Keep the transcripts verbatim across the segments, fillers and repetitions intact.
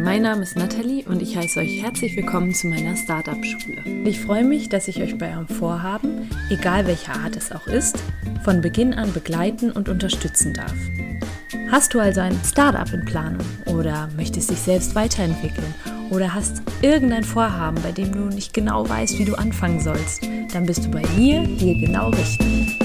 mein Name ist Nathalie und ich heiße euch herzlich willkommen zu meiner Startup-Schule. Ich freue mich, dass ich euch bei eurem Vorhaben, egal welcher Art es auch ist, von Beginn an begleiten und unterstützen darf. Hast du also ein Startup in Planung oder möchtest dich selbst weiterentwickeln oder hast irgendein Vorhaben, bei dem du nicht genau weißt, wie du anfangen sollst, dann bist du bei mir hier genau richtig.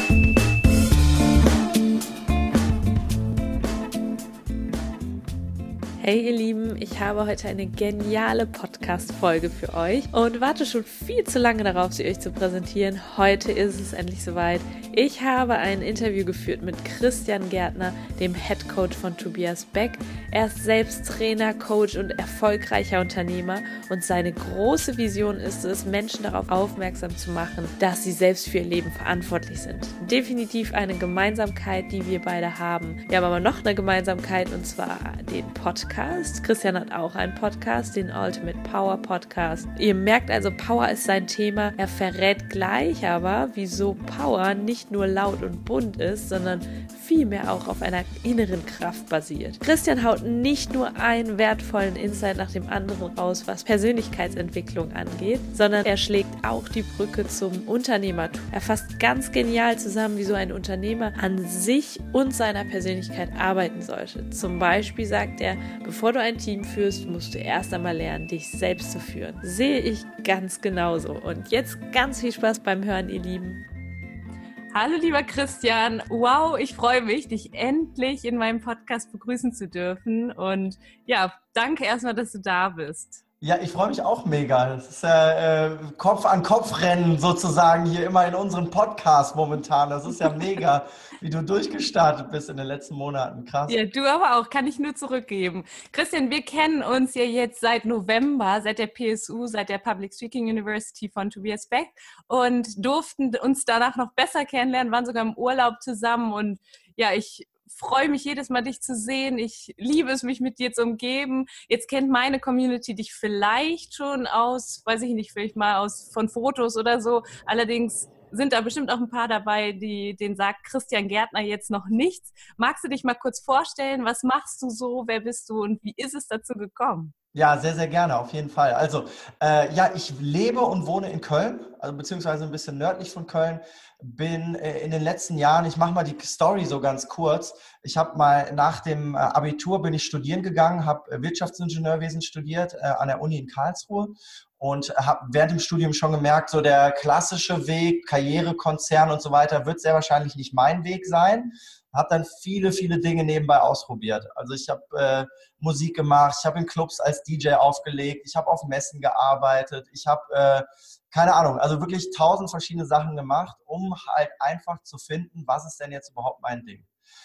Hey ihr Lieben, ich habe heute eine geniale Podcast-Folge für euch und warte schon viel zu lange darauf, sie euch zu präsentieren. Heute ist es endlich soweit. Ich habe ein Interview geführt mit Christian Gärtner, dem Head Coach von Tobias Beck. Er ist selbst Trainer, Coach und erfolgreicher Unternehmer und seine große Vision ist es, Menschen darauf aufmerksam zu machen, dass sie selbst für ihr Leben verantwortlich sind. Definitiv eine Gemeinsamkeit, die wir beide haben. Wir haben aber noch eine Gemeinsamkeit und zwar den Podcast. Christian hat auch einen Podcast, den Ultimate Power Podcast. Ihr merkt also, Power ist sein Thema. Er verrät gleich aber, wieso Power nicht nur laut und bunt ist, sondern vielmehr auch auf einer inneren Kraft basiert. Christian haut nicht nur einen wertvollen Insight nach dem anderen raus, was Persönlichkeitsentwicklung angeht, sondern er schlägt auch die Brücke zum Unternehmertum. Er fasst ganz genial zusammen, wie so ein Unternehmer an sich und seiner Persönlichkeit arbeiten sollte. Zum Beispiel sagt er, bevor du ein Team führst, musst du erst einmal lernen, dich selbst zu führen. Sehe ich ganz genauso. Und jetzt ganz viel Spaß beim Hören, ihr Lieben. Hallo lieber Christian, wow, ich freue mich, dich endlich in meinem Podcast begrüßen zu dürfen und ja, danke erstmal, dass du da bist. Ja, ich freue mich auch mega. Das ist ja äh, Kopf an Kopf rennen sozusagen hier immer in unserem Podcast momentan. Das ist ja mega, wie du durchgestartet bist in den letzten Monaten. Krass. Ja, du aber auch. Kann ich nur zurückgeben. Christian, wir kennen uns ja jetzt seit November, seit der P S U, seit der Public Speaking University von Tobias Beck und durften uns danach noch besser kennenlernen, waren sogar im Urlaub zusammen und ja, ich freue mich jedes Mal, dich zu sehen. Ich liebe es, mich mit dir zu umgeben. Jetzt kennt meine Community dich vielleicht schon aus, weiß ich nicht, vielleicht mal aus von Fotos oder so. Allerdings sind da bestimmt auch ein paar dabei, die denen sagt Christian Gärtner jetzt noch nichts. Magst du dich mal kurz vorstellen? Was machst du so? Wer bist du und wie ist es dazu gekommen? Ja, sehr, sehr gerne, auf jeden Fall. Also, äh, ja, ich lebe und wohne in Köln, also beziehungsweise ein bisschen nördlich von Köln. Bin äh, in den letzten Jahren, ich mache mal die Story so ganz kurz. Ich habe mal nach dem äh, Abitur bin ich studieren gegangen, habe äh, Wirtschaftsingenieurwesen studiert äh, an der Uni in Karlsruhe und habe während dem Studium schon gemerkt, so der klassische Weg, Karrierekonzern und so weiter, wird sehr wahrscheinlich nicht mein Weg sein. Habe dann viele, viele Dinge nebenbei ausprobiert. Also ich habe äh, Musik gemacht, ich habe in Clubs als D J aufgelegt, ich habe auf Messen gearbeitet, ich habe, äh, keine Ahnung, also wirklich tausend verschiedene Sachen gemacht, um halt einfach zu finden, was ist denn jetzt überhaupt mein Ding.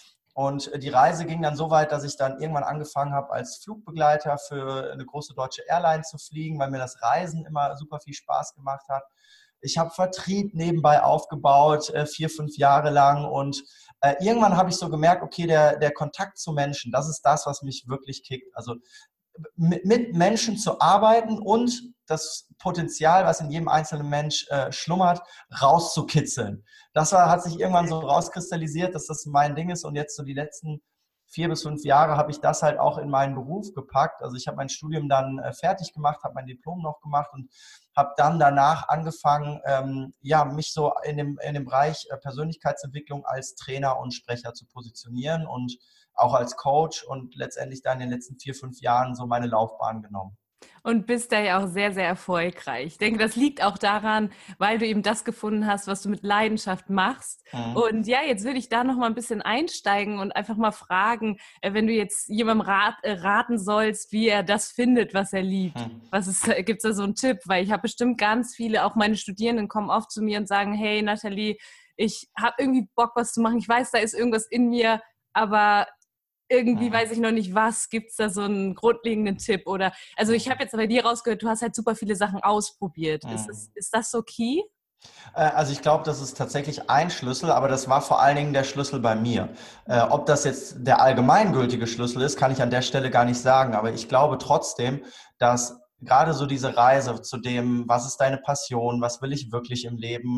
Und die Reise ging dann so weit, dass ich dann irgendwann angefangen habe, als Flugbegleiter für eine große deutsche Airline zu fliegen, weil mir das Reisen immer super viel Spaß gemacht hat. Ich habe Vertrieb nebenbei aufgebaut, äh, vier, fünf Jahre lang und äh, irgendwann habe ich so gemerkt, okay, der, der Kontakt zu Menschen, das ist das, was mich wirklich kickt. Also mit, mit Menschen zu arbeiten und das Potenzial, was in jedem einzelnen Mensch äh, schlummert, rauszukitzeln. Das war, hat sich irgendwann so rauskristallisiert, dass das mein Ding ist und jetzt so die letzten vier bis fünf Jahre habe ich das halt auch in meinen Beruf gepackt. Also ich habe mein Studium dann äh, fertig gemacht, habe mein Diplom noch gemacht und habe dann danach angefangen, ähm, ja, mich so in dem, in dem Bereich äh, Persönlichkeitsentwicklung als Trainer und Sprecher zu positionieren und auch als Coach und letztendlich dann in den letzten vier, fünf Jahren so meine Laufbahn genommen. Und bist da ja auch sehr, sehr erfolgreich. Ich denke, das liegt auch daran, weil du eben das gefunden hast, was du mit Leidenschaft machst. Mhm. Und ja, jetzt würde ich da noch mal ein bisschen einsteigen und einfach mal fragen, wenn du jetzt jemandem rat, äh, raten sollst, wie er das findet, was er liebt. Mhm. Was ist, gibt es da so einen Tipp? Weil ich habe bestimmt ganz viele, auch meine Studierenden kommen oft zu mir und sagen, hey Nathalie, ich habe irgendwie Bock, was zu machen. Ich weiß, da ist irgendwas in mir, aber irgendwie weiß ich noch nicht was. Gibt es da so einen grundlegenden Tipp? Oder, also ich habe jetzt bei dir rausgehört, du hast halt super viele Sachen ausprobiert. Mhm. Ist, das, ist das so key? Also ich glaube, das ist tatsächlich ein Schlüssel, aber das war vor allen Dingen der Schlüssel bei mir. Äh, ob das jetzt der allgemeingültige Schlüssel ist, kann ich an der Stelle gar nicht sagen. Aber ich glaube trotzdem, dass gerade so diese Reise zu dem, was ist deine Passion, was will ich wirklich im Leben,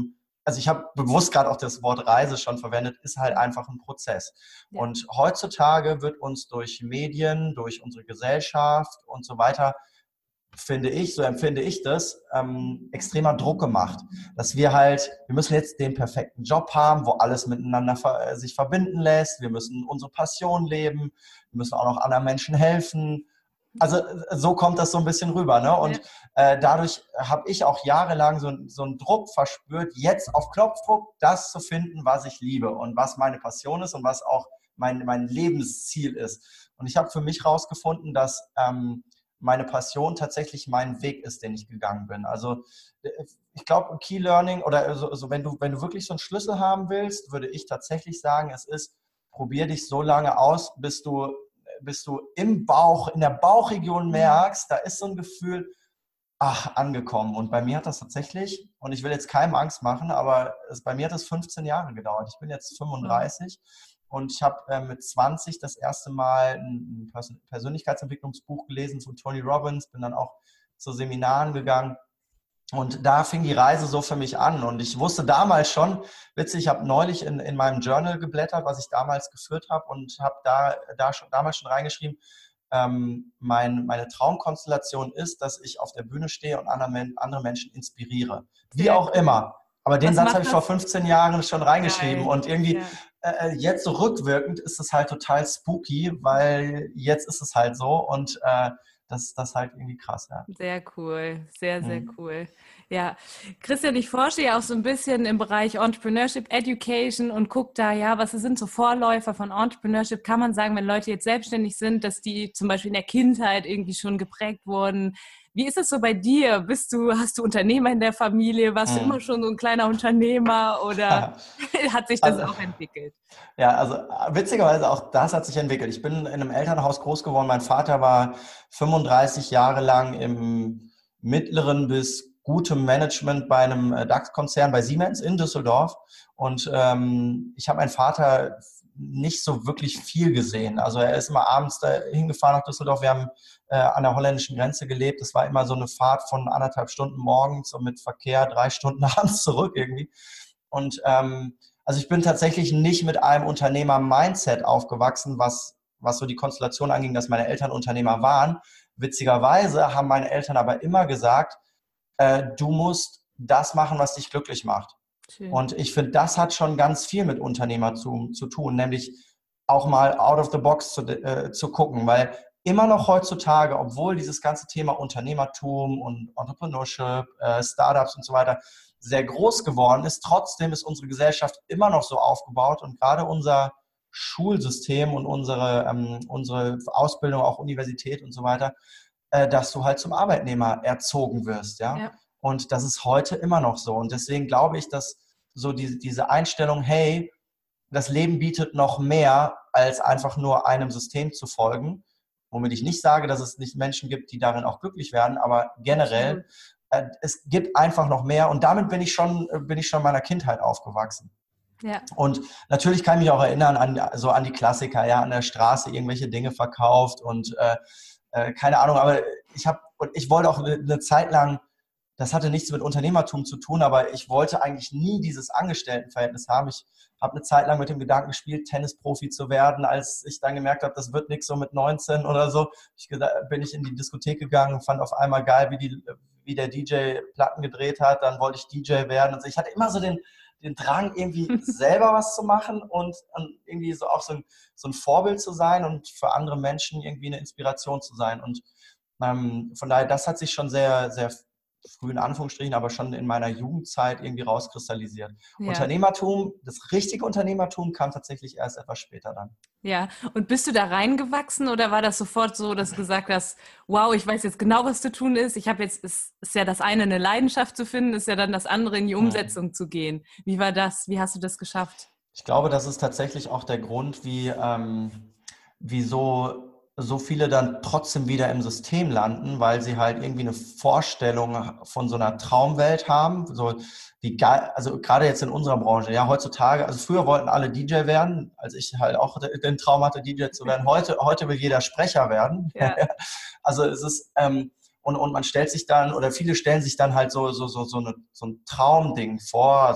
also ich habe bewusst gerade auch das Wort Reise schon verwendet, ist halt einfach ein Prozess. Ja. Und heutzutage wird uns durch Medien, durch unsere Gesellschaft und so weiter, finde ich, so empfinde ich das, ähm, extremer Druck gemacht. Dass wir halt, wir müssen jetzt den perfekten Job haben, wo alles miteinander ver- sich verbinden lässt. Wir müssen unsere Passion leben. Wir müssen auch noch anderen Menschen helfen. Also so kommt das so ein bisschen rüber. Ne? Und ja. äh, dadurch habe ich auch jahrelang so, so einen Druck verspürt, jetzt auf Knopfdruck das zu finden, was ich liebe und was meine Passion ist und was auch mein, mein Lebensziel ist. Und ich habe für mich herausgefunden, dass ähm, meine Passion tatsächlich mein Weg ist, den ich gegangen bin. Also ich glaube, Key Learning oder so, also wenn du, wenn du wirklich so einen Schlüssel haben willst, würde ich tatsächlich sagen, es ist, probier dich so lange aus, bis du bis du im Bauch, in der Bauchregion merkst, da ist so ein Gefühl, ach, angekommen. Und bei mir hat das tatsächlich, und ich will jetzt keinem Angst machen, aber es, bei mir hat das fünfzehn Jahre gedauert. Ich bin jetzt fünfunddreißig und ich habe äh, mit zwanzig das erste Mal ein, ein Persönlichkeitsentwicklungsbuch gelesen von Tony Robbins, bin dann auch zu Seminaren gegangen. Und da fing die Reise so für mich an. Und ich wusste damals schon, witzig, ich habe neulich in, in meinem Journal geblättert, was ich damals geführt habe und habe da, da schon, damals schon reingeschrieben, ähm, mein, meine Traumkonstellation ist, dass ich auf der Bühne stehe und andere, andere Menschen inspiriere. Wie Sehr auch cool. immer. Aber den was Satz habe ich vor fünfzehn Jahren schon reingeschrieben. Geil. Und irgendwie ja. äh, jetzt so rückwirkend ist es halt total spooky, weil jetzt ist es halt so und äh, Das, das ist halt irgendwie krass, ja. Sehr cool, sehr, sehr mhm. cool. Ja, Christian, ich forsche ja auch so ein bisschen im Bereich Entrepreneurship, Education und gucke da, ja, was sind so Vorläufer von Entrepreneurship? Kann man sagen, wenn Leute jetzt selbstständig sind, dass die zum Beispiel in der Kindheit irgendwie schon geprägt wurden? Wie ist es so bei dir? Bist du, hast du Unternehmer in der Familie? Warst mhm. du immer schon so ein kleiner Unternehmer oder hat sich das also, auch entwickelt? Ja, also witzigerweise auch das hat sich entwickelt. Ich bin in einem Elternhaus groß geworden. Mein Vater war fünfunddreißig Jahre lang im mittleren bis gutem Management bei einem DAX-Konzern bei Siemens in Düsseldorf. Und ähm, ich habe meinen Vater nicht so wirklich viel gesehen. Also er ist immer abends da hingefahren nach Düsseldorf. Wir haben äh, an der holländischen Grenze gelebt. Das war immer so eine Fahrt von anderthalb Stunden morgens und mit Verkehr drei Stunden abends zurück irgendwie. Und ähm, also ich bin tatsächlich nicht mit einem Unternehmer-Mindset aufgewachsen, was, was so die Konstellation anging, dass meine Eltern Unternehmer waren. Witzigerweise haben meine Eltern aber immer gesagt, äh, du musst das machen, was dich glücklich macht. Schön. Und ich finde, das hat schon ganz viel mit Unternehmertum zu tun, nämlich auch mal out of the box zu, äh, zu gucken, weil immer noch heutzutage, obwohl dieses ganze Thema Unternehmertum und Entrepreneurship, äh, Startups und so weiter sehr groß geworden ist, trotzdem ist unsere Gesellschaft immer noch so aufgebaut und gerade unser Schulsystem und unsere, ähm, unsere Ausbildung, auch Universität und so weiter, äh, dass du halt zum Arbeitnehmer erzogen wirst, ja? Ja. Und das ist heute immer noch so. Und deswegen glaube ich, dass so die, diese Einstellung, hey, das Leben bietet noch mehr, als einfach nur einem System zu folgen, womit ich nicht sage, dass es nicht Menschen gibt, die darin auch glücklich werden, aber generell, äh, es gibt einfach noch mehr. Und damit bin ich schon, bin ich schon in meiner Kindheit aufgewachsen. Ja. Und natürlich kann ich mich auch erinnern an so an die Klassiker, ja, an der Straße irgendwelche Dinge verkauft und äh, äh, keine Ahnung, aber ich habe und ich wollte auch eine, eine Zeit lang, das hatte nichts mit Unternehmertum zu tun, aber ich wollte eigentlich nie dieses Angestelltenverhältnis haben. Ich habe eine Zeit lang mit dem Gedanken gespielt, Tennisprofi zu werden, als ich dann gemerkt habe, das wird nichts so mit neunzehn oder so. Ich, bin ich in die Diskothek gegangen, fand auf einmal geil, wie, die, wie der D J Platten gedreht hat, dann wollte ich D J werden. Und so. Ich hatte immer so den, den Drang, irgendwie selber was zu machen und, und irgendwie so auch so ein, so ein Vorbild zu sein und für andere Menschen irgendwie eine Inspiration zu sein. Und ähm, von daher, das hat sich schon sehr, sehr früh in Anführungsstrichen, aber schon in meiner Jugendzeit irgendwie rauskristallisiert. Ja. Unternehmertum, das richtige Unternehmertum kam tatsächlich erst etwas später dann. Ja, und bist du da reingewachsen oder war das sofort so, dass du gesagt hast, wow, ich weiß jetzt genau, was zu tun ist. Ich habe jetzt, es ist ja das eine, eine Leidenschaft zu finden, ist ja dann das andere, in die Umsetzung mhm. zu gehen. Wie war das? Wie hast du das geschafft? Ich glaube, das ist tatsächlich auch der Grund, wie, ähm, wieso so viele dann trotzdem wieder im System landen, weil sie halt irgendwie eine Vorstellung von so einer Traumwelt haben, so wie geil, also gerade jetzt in unserer Branche, ja, heutzutage, also früher wollten alle D J werden, als ich halt auch den Traum hatte, D J zu werden, heute, heute will jeder Sprecher werden, ja. Also es ist, ähm, und, und man stellt sich dann, oder viele stellen sich dann halt so, so, so, so, eine, so ein Traumding vor, also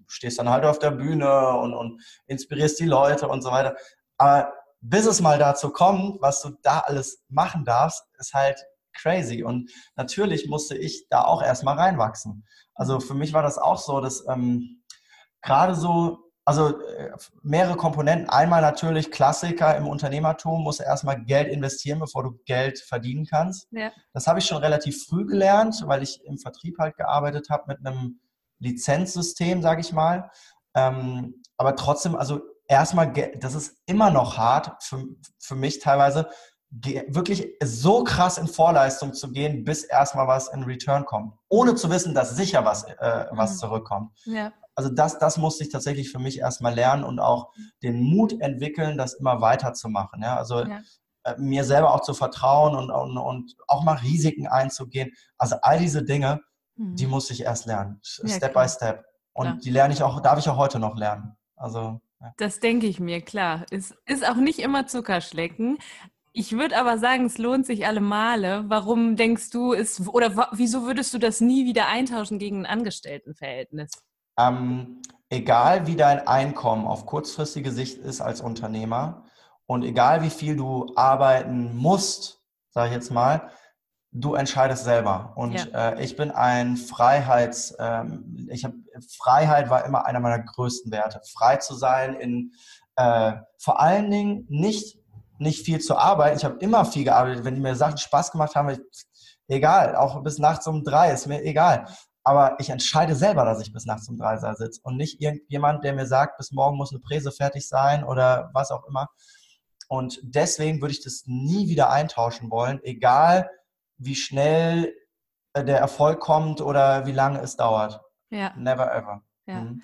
stehst dann halt auf der Bühne und, und inspirierst die Leute und so weiter. Aber bis es mal dazu kommt, was du da alles machen darfst, ist halt crazy. Und natürlich musste ich da auch erstmal reinwachsen. Also für mich war das auch so, dass ähm, gerade so, also äh, mehrere Komponenten. Einmal natürlich Klassiker im Unternehmertum, musst du erstmal Geld investieren, bevor du Geld verdienen kannst. Ja. Das habe ich schon relativ früh gelernt, weil ich im Vertrieb halt gearbeitet habe mit einem Lizenzsystem, sage ich mal. Ähm, aber trotzdem, also erstmal, das ist immer noch hart für, für mich teilweise, wirklich so krass in Vorleistung zu gehen, bis erstmal was in Return kommt. Ohne zu wissen, dass sicher was, äh, was Mhm. zurückkommt. Ja. Also das, das musste ich tatsächlich für mich erstmal lernen und auch den Mut entwickeln, das immer weiterzumachen. Ja? Also Ja. äh, mir selber auch zu vertrauen und, und, und auch mal Risiken einzugehen. Also all diese Dinge, Mhm. die musste ich erst lernen, Ja, Step klar. by Step. Und Klar. die lerne ich auch, darf ich auch heute noch lernen. Also ja. Das denke ich mir, klar. Es ist auch nicht immer Zuckerschlecken. Ich würde aber sagen, es lohnt sich alle Male. Warum denkst du, ist, oder wa- wieso würdest du das nie wieder eintauschen gegen ein Angestelltenverhältnis? Ähm, egal wie dein Einkommen auf kurzfristige Sicht ist als Unternehmer und egal wie viel du arbeiten musst, sage ich jetzt mal, du entscheidest selber. Und Ja. äh, ich bin ein Freiheits, ähm, ich habe Freiheit war immer einer meiner größten Werte. Frei zu sein in äh, vor allen Dingen nicht nicht viel zu arbeiten. Ich habe immer viel gearbeitet. Wenn die mir Sachen Spaß gemacht haben, ich, egal, auch bis nachts um drei, ist mir egal. Aber ich entscheide selber, dass ich bis nachts um drei da sitze und nicht irgendjemand, der mir sagt, bis morgen muss eine Präse fertig sein oder was auch immer. Und deswegen würde ich das nie wieder eintauschen wollen, egal wie schnell der Erfolg kommt oder wie lange es dauert. Ja. Never ever. Ja. Mhm.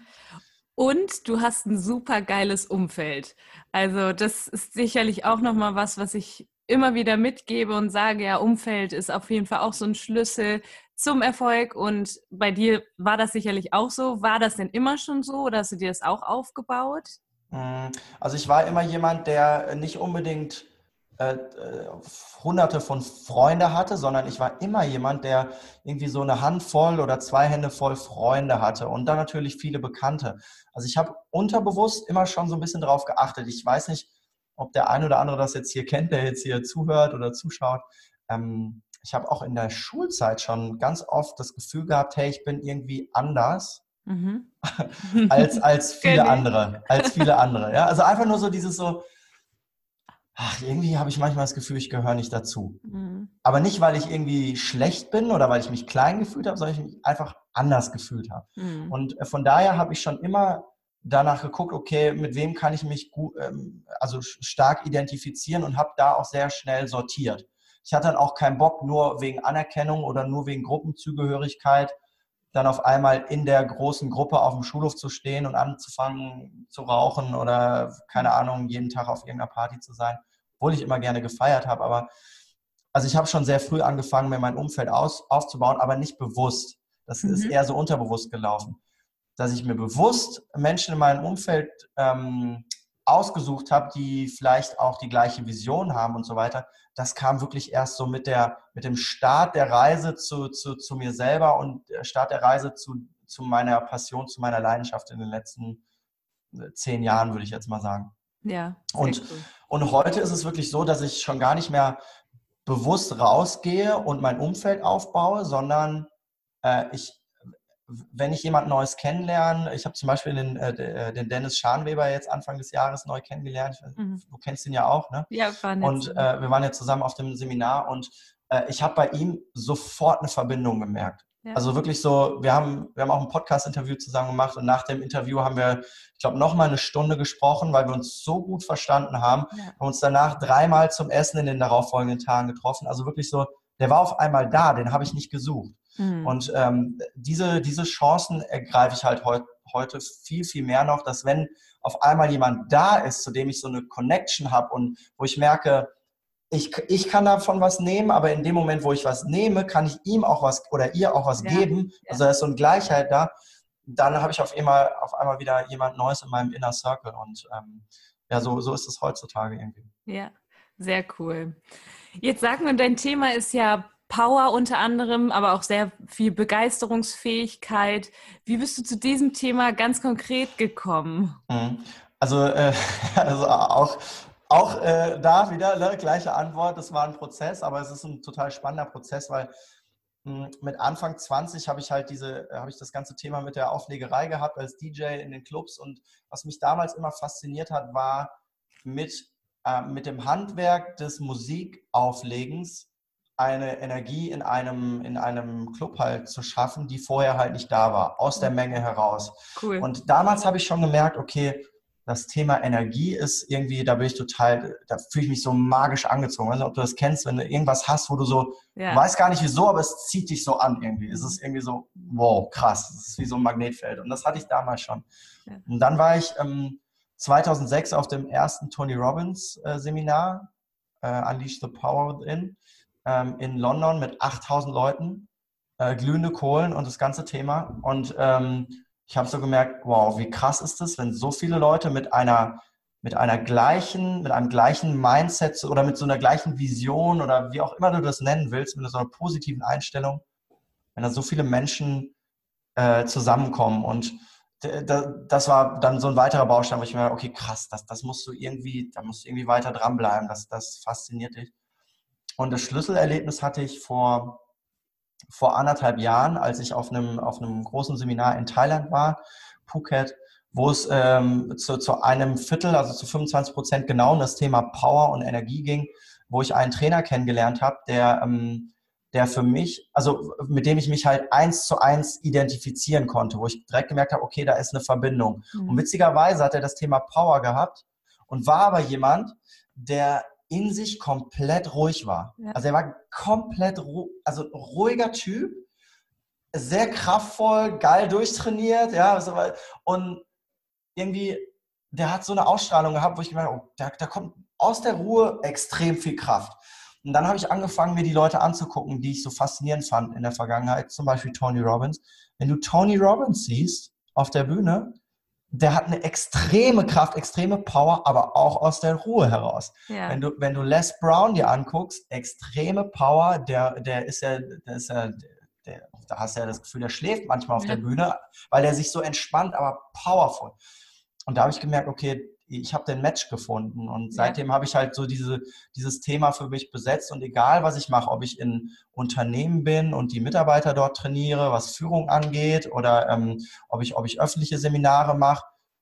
Und du hast ein super geiles Umfeld. Also das ist sicherlich auch nochmal was, was ich immer wieder mitgebe und sage, ja, Umfeld ist auf jeden Fall auch so ein Schlüssel zum Erfolg. Und bei dir war das sicherlich auch so. War das denn immer schon so oder hast du dir das auch aufgebaut? Also ich war immer jemand, der nicht unbedingt äh, hunderte von Freunde hatte, sondern ich war immer jemand, der irgendwie so eine Handvoll oder zwei Hände voll Freunde hatte und dann natürlich viele Bekannte. Also ich habe unterbewusst immer schon so ein bisschen darauf geachtet. Ich weiß nicht, ob der ein oder andere das jetzt hier kennt, der jetzt hier zuhört oder zuschaut. Ähm, ich habe auch in der Schulzeit schon ganz oft das Gefühl gehabt, hey, ich bin irgendwie anders. Mhm. als, als viele Kenn ich. andere, als viele andere. Ja? Also einfach nur so dieses so, ach, irgendwie habe ich manchmal das Gefühl, ich gehöre nicht dazu. Mhm. Aber nicht, weil ich irgendwie schlecht bin oder weil ich mich klein gefühlt habe, sondern ich mich einfach anders gefühlt habe. Mhm. Und von daher habe ich schon immer danach geguckt, okay, mit wem kann ich mich gut, ähm, also stark identifizieren und habe da auch sehr schnell sortiert. Ich hatte dann auch keinen Bock, nur wegen Anerkennung oder nur wegen Gruppenzugehörigkeit dann auf einmal in der großen Gruppe auf dem Schulhof zu stehen und anzufangen zu rauchen oder, keine Ahnung, jeden Tag auf irgendeiner Party zu sein, obwohl ich immer gerne gefeiert habe. Aber also ich habe schon sehr früh angefangen, mir mein Umfeld aus, aufzubauen, aber nicht bewusst. Das ist Mhm. eher so unterbewusst gelaufen. Dass ich mir bewusst Menschen in meinem Umfeld ähm, ausgesucht habe, die vielleicht auch die gleiche Vision haben und so weiter, das kam wirklich erst so mit, der, mit dem Start der Reise zu, zu, zu mir selber und der Start der Reise zu, zu meiner Passion, zu meiner Leidenschaft in den letzten zehn Jahren, würde ich jetzt mal sagen. Ja, sehr Und, cool. und heute ist es wirklich so, dass ich schon gar nicht mehr bewusst rausgehe und mein Umfeld aufbaue, sondern äh, ich wenn ich jemand Neues kennenlerne, ich habe zum Beispiel den, äh, den Dennis Scharnweber jetzt Anfang des Jahres neu kennengelernt. Mhm. Du kennst ihn ja auch, ne? Ja, war nett. Und äh, wir waren ja zusammen auf dem Seminar und äh, ich habe bei ihm sofort eine Verbindung gemerkt. Ja. Also wirklich so, wir haben, wir haben auch ein Podcast-Interview zusammen gemacht und nach dem Interview haben wir, ich glaube, nochmal eine Stunde gesprochen, weil wir uns so gut verstanden haben. Ja. Wir haben uns danach dreimal zum Essen in den darauffolgenden Tagen getroffen. Also wirklich so, der war auf einmal da, den habe ich nicht gesucht. Mhm. Und ähm, diese, diese Chancen ergreife ich halt heut, heute viel, viel mehr noch, dass wenn auf einmal jemand da ist, zu dem ich so eine Connection habe und wo ich merke, ich, ich kann davon was nehmen, aber in dem Moment, wo ich was nehme, kann ich ihm auch was oder ihr auch was Ja. geben. Ja. Also da ist so eine Gleichheit da. Dann habe ich auf einmal, auf einmal wieder jemand Neues in meinem Inner Circle. Und ähm, ja, so, so ist es heutzutage irgendwie. Ja, sehr cool. Jetzt sagen wir, dein Thema ist ja Power unter anderem, aber auch sehr viel Begeisterungsfähigkeit. Wie bist du zu diesem Thema ganz konkret gekommen? Mhm. Also, äh, also auch, auch äh, da wieder ne, gleiche Antwort. Es war ein Prozess, aber es ist ein total spannender Prozess, weil mh, mit Anfang zwanzig habe ich halt diese, habe ich das ganze Thema mit der Auflegerei gehabt als D J in den Clubs, und was mich damals immer fasziniert hat, war mit, äh, mit dem Handwerk des Musikauflegens eine Energie in einem, in einem Club halt zu schaffen, die vorher halt nicht da war, aus der Menge heraus. Cool. Und damals habe ich schon gemerkt, okay, das Thema Energie ist irgendwie, da bin ich total, da fühle ich mich so magisch angezogen. Ich weiß nicht, ob du das kennst, wenn du irgendwas hast, wo du so, Ja. du weißt gar nicht wieso, aber es zieht dich so an irgendwie. Es ist irgendwie so, wow, krass. Es ist wie so ein Magnetfeld. Und das hatte ich damals schon. Ja. Und dann war ich ähm, zweitausendsechs auf dem ersten Tony Robbins äh, Seminar, äh, Unleash the Power Within, ähm, in London mit achttausend Leuten, äh, glühende Kohlen und das ganze Thema. Und ähm, ich habe so gemerkt, wow, wie krass ist das, wenn so viele Leute mit einer, mit einer gleichen, mit einem gleichen Mindset oder mit so einer gleichen Vision oder wie auch immer du das nennen willst, mit so einer positiven Einstellung, wenn da so viele Menschen äh, zusammenkommen. Und das war dann so ein weiterer Baustein, wo ich mir, okay, krass, das, das musst du irgendwie, da musst du irgendwie weiter dranbleiben, das, das fasziniert dich. Und das Schlüsselerlebnis hatte ich vor, vor anderthalb Jahren, als ich auf einem, auf einem großen Seminar in Thailand war, Phuket, wo es ähm, zu, zu einem Viertel, also zu fünfundzwanzig Prozent genau um das Thema Power und Energie ging, wo ich einen Trainer kennengelernt habe, der, ähm, der für mich, also mit dem ich mich halt eins zu eins identifizieren konnte, wo ich direkt gemerkt habe, okay, da ist eine Verbindung. Mhm. Und witzigerweise hat er das Thema Power gehabt und war aber jemand, der in sich komplett ruhig war. Ja. Also er war komplett ru- also ruhiger Typ, sehr kraftvoll, geil durchtrainiert, ja, und irgendwie, der hat so eine Ausstrahlung gehabt, wo ich gemerkt habe, oh, da, da kommt aus der Ruhe extrem viel Kraft. Und dann habe ich angefangen, mir die Leute anzugucken, die ich so faszinierend fand in der Vergangenheit, zum Beispiel Tony Robbins. Wenn du Tony Robbins siehst auf der Bühne, der hat eine extreme Kraft, extreme Power, aber auch aus der Ruhe heraus. Ja. Wenn du, wenn du Les Brown dir anguckst, extreme Power, der, der ist ja, der ist ja, der, da hast du ja das Gefühl, der schläft manchmal auf ja. der Bühne, weil der sich so entspannt, aber powerful. Und da habe ich gemerkt, okay, ich habe den Match gefunden, und seitdem ja. habe ich halt so diese, dieses Thema für mich besetzt, und egal, was ich mache, ob ich in Unternehmen bin und die Mitarbeiter dort trainiere, was Führung angeht, oder ähm, ob ich, ob ich öffentliche Seminare mache,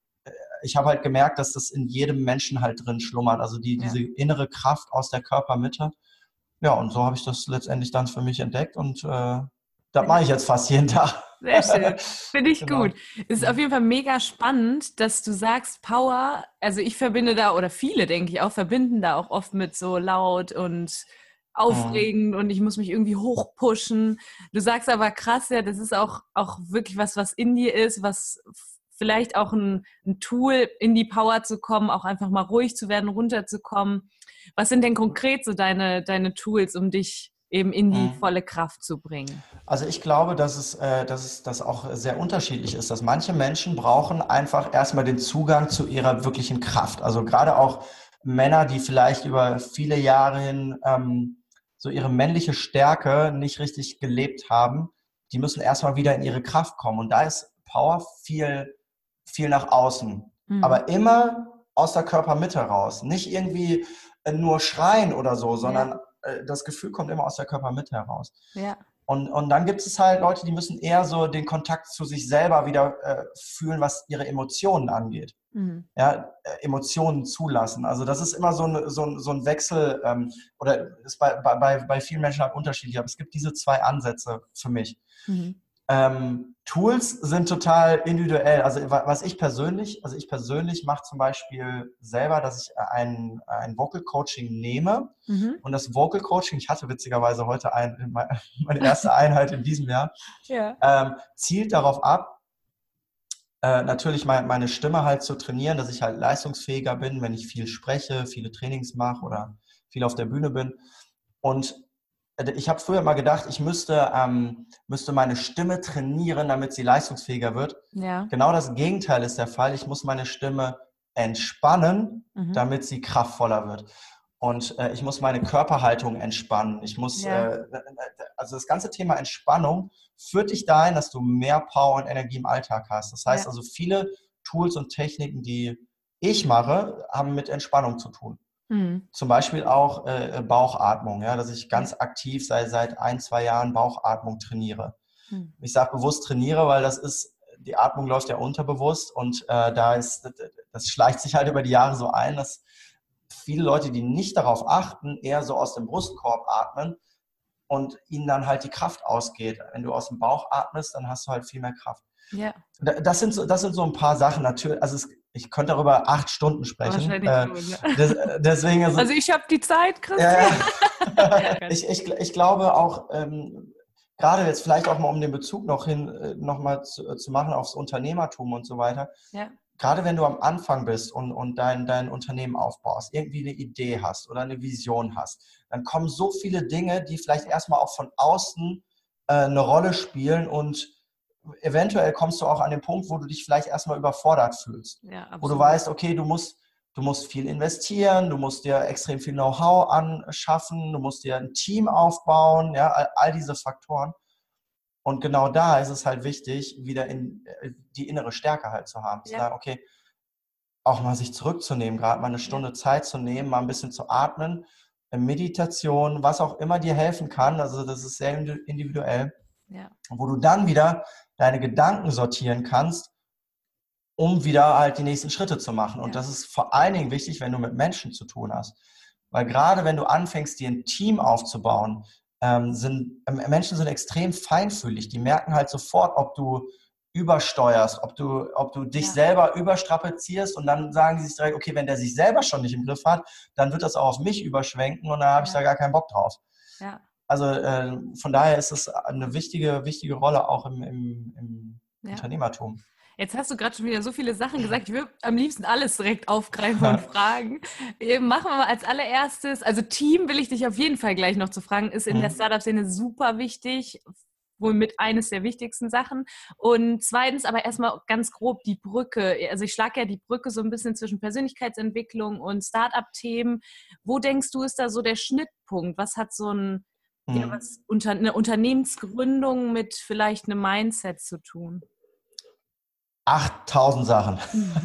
ich habe halt gemerkt, dass das in jedem Menschen halt drin schlummert, also die, ja. diese innere Kraft aus der Körpermitte. Ja, und so habe ich das letztendlich dann für mich entdeckt, und äh, das mache ich jetzt fast jeden Tag. Sehr schön. Finde ich genau. gut. Es ist auf jeden Fall mega spannend, dass du sagst, Power, also ich verbinde da, oder viele, denke ich auch, verbinden da auch oft mit so laut und aufregend mhm. und ich muss mich irgendwie hochpushen. Du sagst aber krass, ja, das ist auch, auch wirklich was, was in dir ist, was vielleicht auch ein, ein Tool, in die Power zu kommen, auch einfach mal ruhig zu werden, runterzukommen. Was sind denn konkret so deine, deine Tools, um dich eben in die mhm. volle Kraft zu bringen? Also ich glaube, dass es, äh, dass es das auch sehr unterschiedlich ist, dass manche Menschen brauchen einfach erstmal den Zugang zu ihrer wirklichen Kraft. Also gerade auch Männer, die vielleicht über viele Jahre hin ähm, so ihre männliche Stärke nicht richtig gelebt haben, die müssen erstmal wieder in ihre Kraft kommen. Und da ist Power viel, viel nach außen. Mhm. Aber immer aus der Körpermitte raus. Nicht irgendwie nur schreien oder so, sondern ja. das Gefühl kommt immer aus der Körpermitte heraus. Ja. Und, und dann gibt es halt Leute, die müssen eher so den Kontakt zu sich selber wieder äh, fühlen, was ihre Emotionen angeht. Mhm. Ja, äh, Emotionen zulassen. Also das ist immer so ein, so ein, so ein Wechsel, ähm, oder ist bei, bei, bei vielen Menschen halt unterschiedlich, aber es gibt diese zwei Ansätze für mich. Mhm. Ähm, Tools sind total individuell. Also was ich persönlich, also ich persönlich mache zum Beispiel selber, dass ich ein, ein Vocal Coaching nehme. Mhm. Und das Vocal Coaching, ich hatte witzigerweise heute ein, meine erste Einheit in diesem Jahr, ja. ähm, zielt darauf ab, äh, natürlich meine, meine Stimme halt zu trainieren, dass ich halt leistungsfähiger bin, wenn ich viel spreche, viele Trainings mache oder viel auf der Bühne bin. Und ich habe früher mal gedacht, ich müsste, ähm, müsste meine Stimme trainieren, damit sie leistungsfähiger wird. Ja. Genau das Gegenteil ist der Fall. Ich muss meine Stimme entspannen, mhm. damit sie kraftvoller wird. Und äh, ich muss meine Körperhaltung entspannen. Ich muss, ja. äh, also das ganze Thema Entspannung führt dich dahin, dass du mehr Power und Energie im Alltag hast. Das heißt Ja. also, viele Tools und Techniken, die ich mache, haben mit Entspannung zu tun. Mhm. Zum Beispiel auch äh, Bauchatmung, ja, dass ich ganz Ja. aktiv seit, seit ein, zwei Jahren Bauchatmung trainiere. Mhm. Ich sage bewusst trainiere, weil das ist, die Atmung läuft ja unterbewusst und äh, da ist, das schleicht sich halt über die Jahre so ein, dass viele Leute, die nicht darauf achten, eher so aus dem Brustkorb atmen und ihnen dann halt die Kraft ausgeht. Wenn du aus dem Bauch atmest, dann hast du halt viel mehr Kraft. Ja. Das sind so, das sind so ein paar Sachen natürlich. Also es, ich könnte darüber acht Stunden sprechen. Wahrscheinlich Äh, schon, ne? des, deswegen also, Also ich habe die Zeit, Christian. ja, ich, ich, ich glaube auch, ähm, gerade jetzt vielleicht auch mal um den Bezug noch hin, äh, noch mal zu, zu machen aufs Unternehmertum und so weiter. Ja. Gerade wenn du am Anfang bist und, und dein, dein Unternehmen aufbaust, irgendwie eine Idee hast oder eine Vision hast, dann kommen so viele Dinge, die vielleicht erstmal auch von außen äh, eine Rolle spielen und eventuell kommst du auch an den Punkt, wo du dich vielleicht erstmal überfordert fühlst. Ja, absolut. Wo du weißt, okay, du musst, du musst viel investieren, du musst dir extrem viel Know-how anschaffen, du musst dir ein Team aufbauen, ja, all, all diese Faktoren. Und genau da ist es halt wichtig, wieder in die innere Stärke halt zu haben. Zu Ja. sagen, okay, auch mal sich zurückzunehmen, gerade mal eine Stunde Ja. Zeit zu nehmen, mal ein bisschen zu atmen, Meditation, was auch immer dir helfen kann. Also das ist sehr individuell. Ja. Wo du dann wieder deine Gedanken sortieren kannst, um wieder halt die nächsten Schritte zu machen. Und Ja. das ist vor allen Dingen wichtig, wenn du mit Menschen zu tun hast. Weil gerade wenn du anfängst, dir ein Team aufzubauen, ähm, sind, ähm, Menschen sind extrem feinfühlig. Die merken halt sofort, ob du übersteuerst, ob du, ob du dich Ja. selber überstrapazierst und dann sagen die sich direkt, okay, wenn der sich selber schon nicht im Griff hat, dann wird das auch auf mich überschwenken und dann habe ich Ja. da gar keinen Bock drauf. Ja. Also äh, von daher ist es eine wichtige, wichtige Rolle auch im, im, im Ja. Unternehmertum. Jetzt hast du gerade schon wieder so viele Sachen gesagt. Ich würde am liebsten alles direkt aufgreifen und fragen. Machen wir mal als allererstes, also Team will ich dich auf jeden Fall gleich noch zu fragen, ist in Mhm. der Startup-Szene super wichtig, wohl mit eines der wichtigsten Sachen. Und zweitens aber erstmal ganz grob die Brücke. Also ich schlage ja die Brücke so ein bisschen zwischen Persönlichkeitsentwicklung und Startup-Themen. Wo denkst du, ist da so der Schnittpunkt? Was hat so ein, Mhm. ja, was unter, eine Unternehmensgründung mit vielleicht einem Mindset zu tun? achttausend Sachen.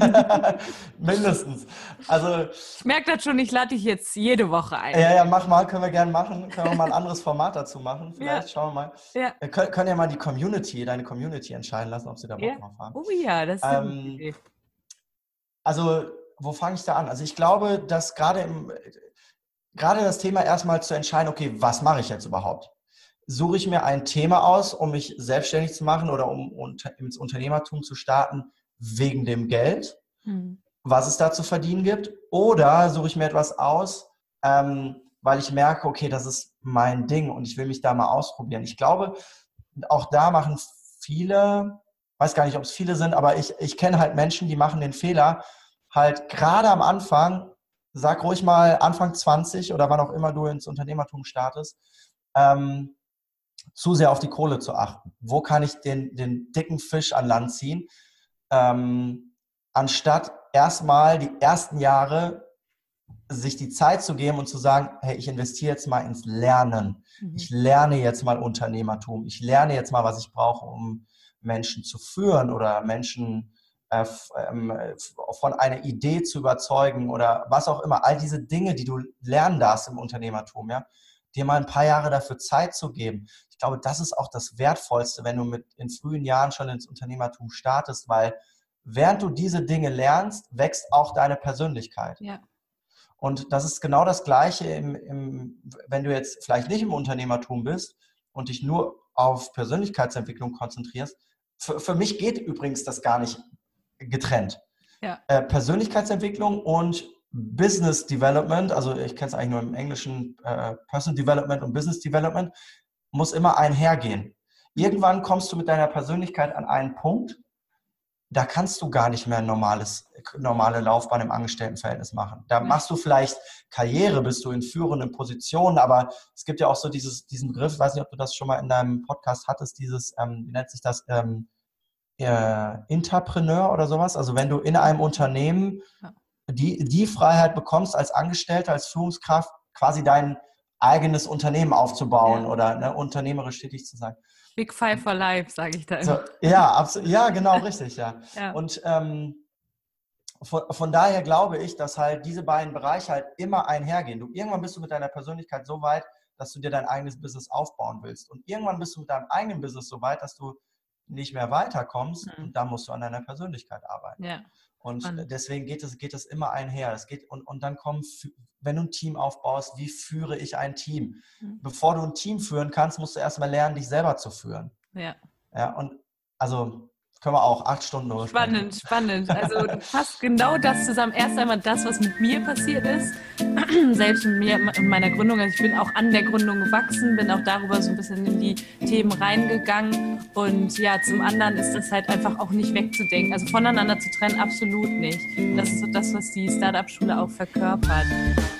Mindestens. Also, ich merke das schon, ich lade dich jetzt jede Woche ein. Ja, ja, mach mal, können wir gerne machen. Können wir mal ein anderes Format dazu machen. Vielleicht, ja. Schauen wir mal. Ja. Wir können, können ja mal die Community, deine Community entscheiden lassen, ob sie da Bock ja. drauf haben. Oh ja, das ist eine ähm, gute Idee. Also, wo fange ich da an? Also ich glaube, dass gerade im, gerade das Thema erstmal zu entscheiden, okay, was mache ich jetzt überhaupt? Suche ich mir ein Thema aus, um mich selbstständig zu machen oder um unter, ins Unternehmertum zu starten, wegen dem Geld, hm. was es da zu verdienen gibt? Oder suche ich mir etwas aus, ähm, weil ich merke, okay, das ist mein Ding und ich will mich da mal ausprobieren. Ich glaube, auch da machen viele, weiß gar nicht, ob es viele sind, aber ich, ich kenne halt Menschen, die machen den Fehler, halt gerade am Anfang, sag ruhig mal Anfang zwanzig oder wann auch immer du ins Unternehmertum startest, ähm, zu sehr auf die Kohle zu achten. Wo kann ich den, den dicken Fisch an Land ziehen? Ähm, anstatt erstmal die ersten Jahre sich die Zeit zu geben und zu sagen, hey, ich investiere jetzt mal ins Lernen. Mhm. Ich lerne jetzt mal Unternehmertum. Ich lerne jetzt mal, was ich brauche, um Menschen zu führen oder Menschen äh, von einer Idee zu überzeugen oder was auch immer. All diese Dinge, die du lernen darfst im Unternehmertum, ja, dir mal ein paar Jahre dafür Zeit zu geben. Ich glaube, das ist auch das Wertvollste, wenn du mit in frühen Jahren schon ins Unternehmertum startest, weil während du diese Dinge lernst, wächst auch deine Persönlichkeit. Ja. Und das ist genau das Gleiche, im, im, wenn du jetzt vielleicht nicht im Unternehmertum bist und dich nur auf Persönlichkeitsentwicklung konzentrierst. Für, für mich geht übrigens das gar nicht getrennt. Ja. Äh, Persönlichkeitsentwicklung und Business Development, also ich kenne es eigentlich nur im Englischen, äh, Personal Development und Business Development, muss immer einhergehen. Irgendwann kommst du mit deiner Persönlichkeit an einen Punkt, da kannst du gar nicht mehr ein normales, normale Laufbahn im Angestelltenverhältnis machen. Da machst du vielleicht Karriere, bist du in führenden Positionen, aber es gibt ja auch so dieses, diesen Begriff, ich weiß nicht, ob du das schon mal in deinem Podcast hattest, dieses, ähm, wie nennt sich das, ähm, äh, Interpreneur oder sowas. Also wenn du in einem Unternehmen die, die Freiheit bekommst als Angestellter, als Führungskraft, quasi deinen eigenes Unternehmen aufzubauen ja. oder ne, unternehmerisch tätig zu sein. Big Five for Life, sage ich da immer. So, ja, absolut, ja, genau, richtig, ja. ja. Und ähm, von, von daher glaube ich, dass halt diese beiden Bereiche halt immer einhergehen. Du, irgendwann bist du mit deiner Persönlichkeit so weit, dass du dir dein eigenes Business aufbauen willst. Und irgendwann bist du mit deinem eigenen Business so weit, dass du nicht mehr weiterkommst mhm. und dann musst du an deiner Persönlichkeit arbeiten. Ja. Und Spannend. deswegen geht es, geht es immer einher. Es geht, und, und dann kommt, wenn du ein Team aufbaust, wie führe ich ein Team? Mhm. Bevor du ein Team führen kannst, musst du erstmal lernen, dich selber zu führen. Ja. Ja, und also können wir auch acht Stunden durch. Spannend, spannend. Also du fasst genau das zusammen. Erst einmal das, was mit mir passiert ist. Selbst mit mir in meiner Gründung. Also ich bin auch an der Gründung gewachsen, bin auch darüber so ein bisschen in die Themen reingegangen. Und ja, zum anderen ist das halt einfach auch nicht wegzudenken. Also voneinander zu trennen, absolut nicht. Das ist so das, was die Startup-Schule auch verkörpert.